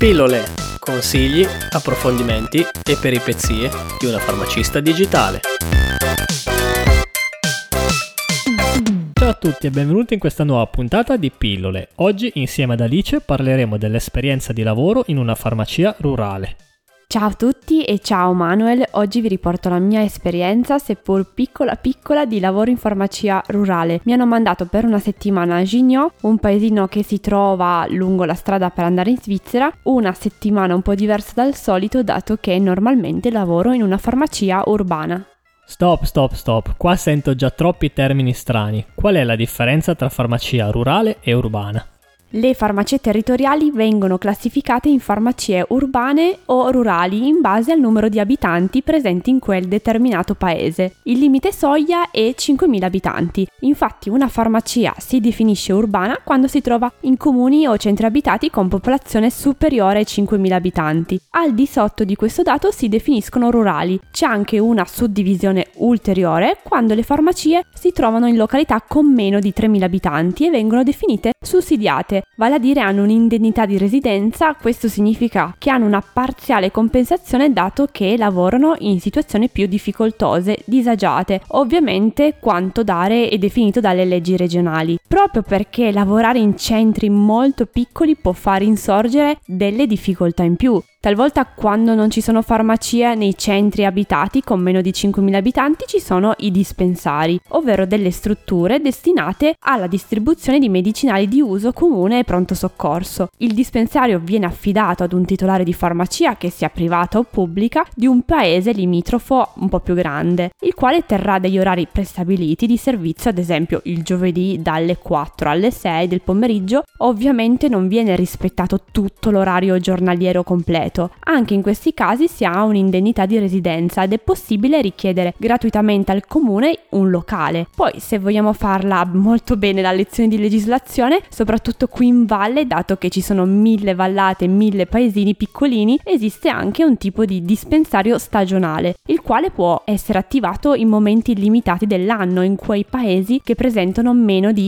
Pillole, consigli, approfondimenti e peripezie di una farmacista digitale. Ciao a tutti e benvenuti in questa nuova puntata di Pillole. Oggi insieme ad Alice parleremo dell'esperienza di lavoro in una farmacia rurale. Ciao a tutti e ciao Manuel, oggi vi riporto la mia esperienza, seppur piccola, di lavoro in farmacia rurale. Mi hanno mandato per una settimana a Gignò, un paesino che si trova lungo la strada per andare in Svizzera, una settimana un po' diversa dal solito dato che normalmente lavoro in una farmacia urbana. Stop, qua sento già troppi termini strani. Qual è la differenza tra farmacia rurale e urbana? Le farmacie territoriali vengono classificate in farmacie urbane o rurali in base al numero di abitanti presenti in quel determinato paese. Il limite soglia è 5.000 abitanti. Infatti una farmacia si definisce urbana quando si trova in comuni o centri abitati con popolazione superiore ai 5.000 abitanti. Al di sotto di questo dato si definiscono rurali. C'è anche una suddivisione ulteriore quando le farmacie si trovano in località con meno di 3.000 abitanti e vengono definite sussidiate. Vale a dire hanno un'indennità di residenza, questo significa che hanno una parziale compensazione dato che lavorano in situazioni più difficoltose, disagiate. Ovviamente quanto dare è definito dalle leggi regionali, proprio perché lavorare in centri molto piccoli può far insorgere delle difficoltà in più. Talvolta quando non ci sono farmacie nei centri abitati con meno di 5.000 abitanti ci sono i dispensari, ovvero delle strutture destinate alla distribuzione di medicinali di uso comune e pronto soccorso. Il dispensario viene affidato ad un titolare di farmacia, che sia privata o pubblica, di un paese limitrofo un po' più grande, il quale terrà degli orari prestabiliti di servizio, ad esempio il giovedì dalle 4 alle 6 del pomeriggio. Ovviamente non viene rispettato tutto l'orario giornaliero completo. Anche in questi casi si ha un'indennità di residenza ed è possibile richiedere gratuitamente al comune un locale. Poi, se vogliamo farla molto bene la lezione di legislazione, soprattutto qui in valle, dato che ci sono 1.000 vallate, 1.000 paesini piccolini, esiste anche un tipo di dispensario stagionale, il quale può essere attivato in momenti limitati dell'anno in quei paesi che presentano meno di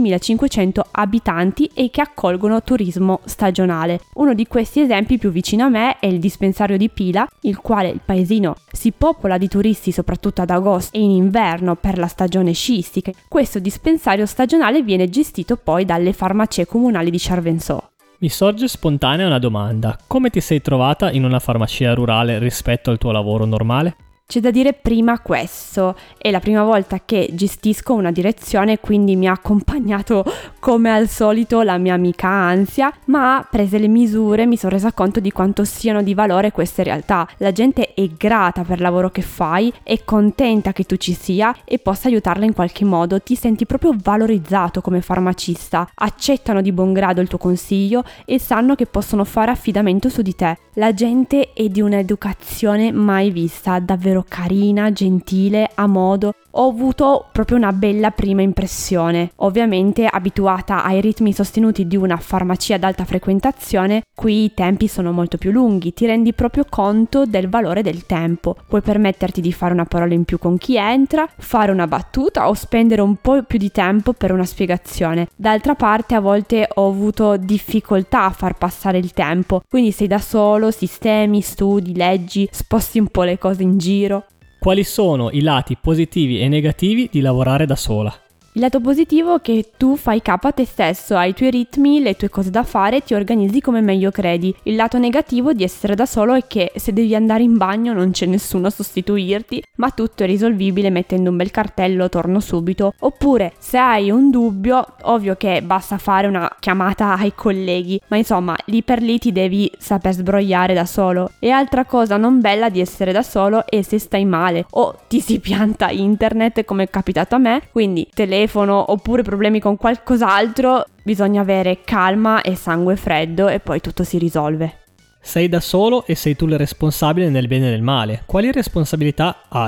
12.500 abitanti e che accolgono turismo stagionale. Uno di questi esempi più vicino a me è il dispensario di Pila, il quale il paesino si popola di turisti soprattutto ad agosto e in inverno per la stagione sciistica. Questo dispensario stagionale viene gestito poi dalle farmacie comunali di Charvenceaux. Mi sorge spontanea una domanda: come ti sei trovata in una farmacia rurale rispetto al tuo lavoro normale? C'è da dire prima questo, è la prima volta che gestisco una direzione, quindi mi ha accompagnato come al solito la mia amica ansia, ma prese le misure mi sono resa conto di quanto siano di valore queste realtà. La gente è grata per il lavoro che fai, è contenta che tu ci sia e possa aiutarla in qualche modo, ti senti proprio valorizzato come farmacista, accettano di buon grado il tuo consiglio e sanno che possono fare affidamento su di te. La gente è di un'educazione mai vista, davvero carina, gentile, a modo. Ho avuto proprio una bella prima impressione. Ovviamente abituata ai ritmi sostenuti di una farmacia ad alta frequentazione, qui i tempi sono molto più lunghi, ti rendi proprio conto del valore del tempo. Puoi permetterti di fare una parola in più con chi entra, fare una battuta o spendere un po' più di tempo per una spiegazione. D'altra parte a volte ho avuto difficoltà a far passare il tempo, quindi sei da solo, sistemi, studi, leggi, sposti un po' le cose in giro. Quali sono i lati positivi e negativi di lavorare da sola? Il lato positivo è che tu fai capo a te stesso, hai i tuoi ritmi, le tue cose da fare, ti organizzi come meglio credi. Il lato negativo di essere da solo è che se devi andare in bagno non c'è nessuno a sostituirti, ma tutto è risolvibile mettendo un bel cartello torno subito. Oppure se hai un dubbio, ovvio che basta fare una chiamata ai colleghi, ma insomma lì per lì ti devi saper sbrogliare da solo. E altra cosa non bella di essere da solo è se stai male o ti si pianta internet, come è capitato a me, quindi telefono oppure problemi con qualcos'altro, bisogna avere calma e sangue freddo e poi tutto si risolve. Sei da solo e sei tu il responsabile nel bene e nel male. Quali responsabilità hai?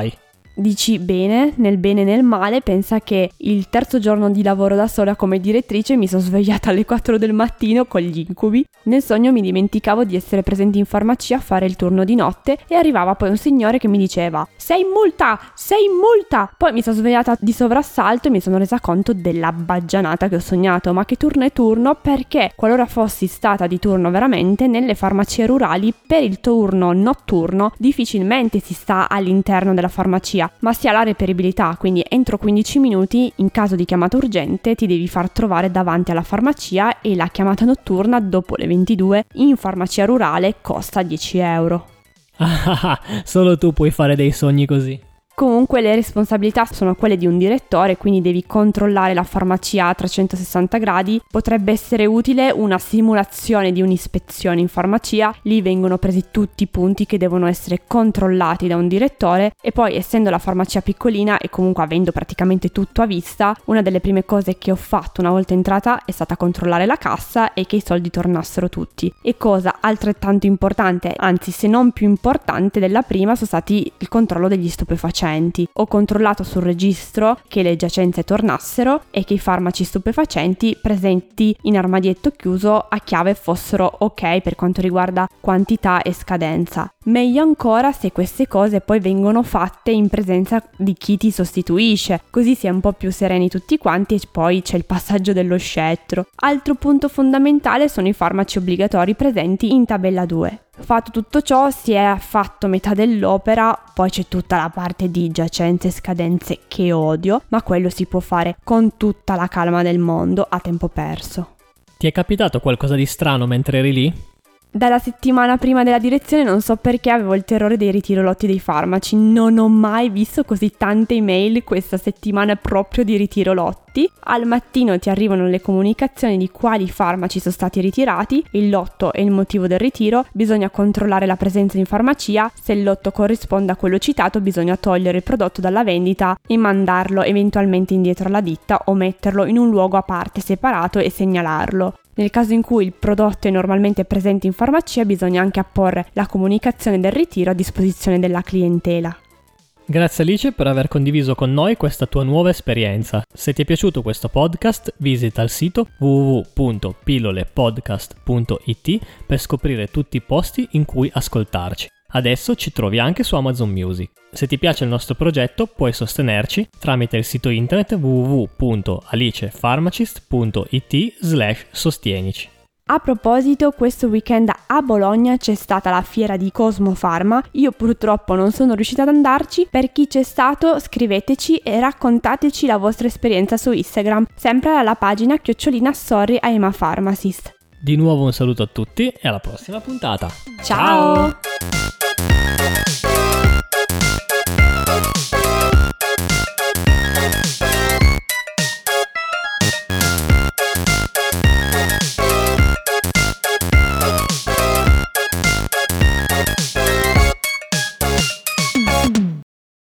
Dici bene e nel male, pensa che il terzo giorno di lavoro da sola come direttrice mi sono svegliata alle 4 del mattino con gli incubi. Nel sogno mi dimenticavo di essere presente in farmacia a fare il turno di notte e arrivava poi un signore che mi diceva sei in multa! Poi mi sono svegliata di soprassalto e mi sono resa conto della baggianata che ho sognato, ma che turno è turno, perché qualora fossi stata di turno veramente nelle farmacie rurali per il turno notturno difficilmente si sta all'interno della farmacia, ma si ha la reperibilità, quindi entro 15 minuti in caso di chiamata urgente ti devi far trovare davanti alla farmacia e la chiamata notturna dopo le 22 in farmacia rurale costa 10 euro. Solo tu puoi fare dei sogni così. Comunque le responsabilità sono quelle di un direttore, quindi devi controllare la farmacia a 360 gradi. Potrebbe essere utile una simulazione di un'ispezione in farmacia, lì vengono presi tutti i punti che devono essere controllati da un direttore e poi, essendo la farmacia piccolina e comunque avendo praticamente tutto a vista, una delle prime cose che ho fatto una volta entrata è stata controllare la cassa e che i soldi tornassero tutti. E cosa altrettanto importante, anzi se non più importante della prima, sono stati il controllo degli stupefacenti. Ho controllato sul registro che le giacenze tornassero e che i farmaci stupefacenti presenti in armadietto chiuso a chiave fossero ok per quanto riguarda quantità e scadenza. Meglio ancora se queste cose poi vengono fatte in presenza di chi ti sostituisce, così si è un po' più sereni tutti quanti e poi c'è il passaggio dello scettro. Altro punto fondamentale sono i farmaci obbligatori presenti in tabella 2. Fatto tutto ciò, si è fatto metà dell'opera, poi c'è tutta la parte di giacenze e scadenze che odio, ma quello si può fare con tutta la calma del mondo a tempo perso. Ti è capitato qualcosa di strano mentre eri lì? Dalla settimana prima della direzione non so perché avevo il terrore dei ritiro lotti dei farmaci, non ho mai visto così tante email questa settimana proprio di ritiro lotti. Al mattino ti arrivano le comunicazioni di quali farmaci sono stati ritirati, il lotto e il motivo del ritiro, bisogna controllare la presenza in farmacia, se il lotto corrisponde a quello citato bisogna togliere il prodotto dalla vendita e mandarlo eventualmente indietro alla ditta o metterlo in un luogo a parte separato e segnalarlo. Nel caso in cui il prodotto è normalmente presente in farmacia bisogna anche apporre la comunicazione del ritiro a disposizione della clientela. Grazie Alice per aver condiviso con noi questa tua nuova esperienza. Se ti è piaciuto questo podcast, visita il sito www.pillolepodcast.it per scoprire tutti i posti in cui ascoltarci. Adesso ci trovi anche su Amazon Music. Se ti piace il nostro progetto, puoi sostenerci tramite il sito internet www.alicefarmacist.it/sostienici. A proposito, questo weekend a Bologna c'è stata la fiera di Cosmo Pharma. Io purtroppo non sono riuscita ad andarci. Per chi c'è stato, scriveteci e raccontateci la vostra esperienza su Instagram, sempre alla pagina @sorry I'm a pharmacist. Di nuovo un saluto a tutti e alla prossima puntata. Ciao!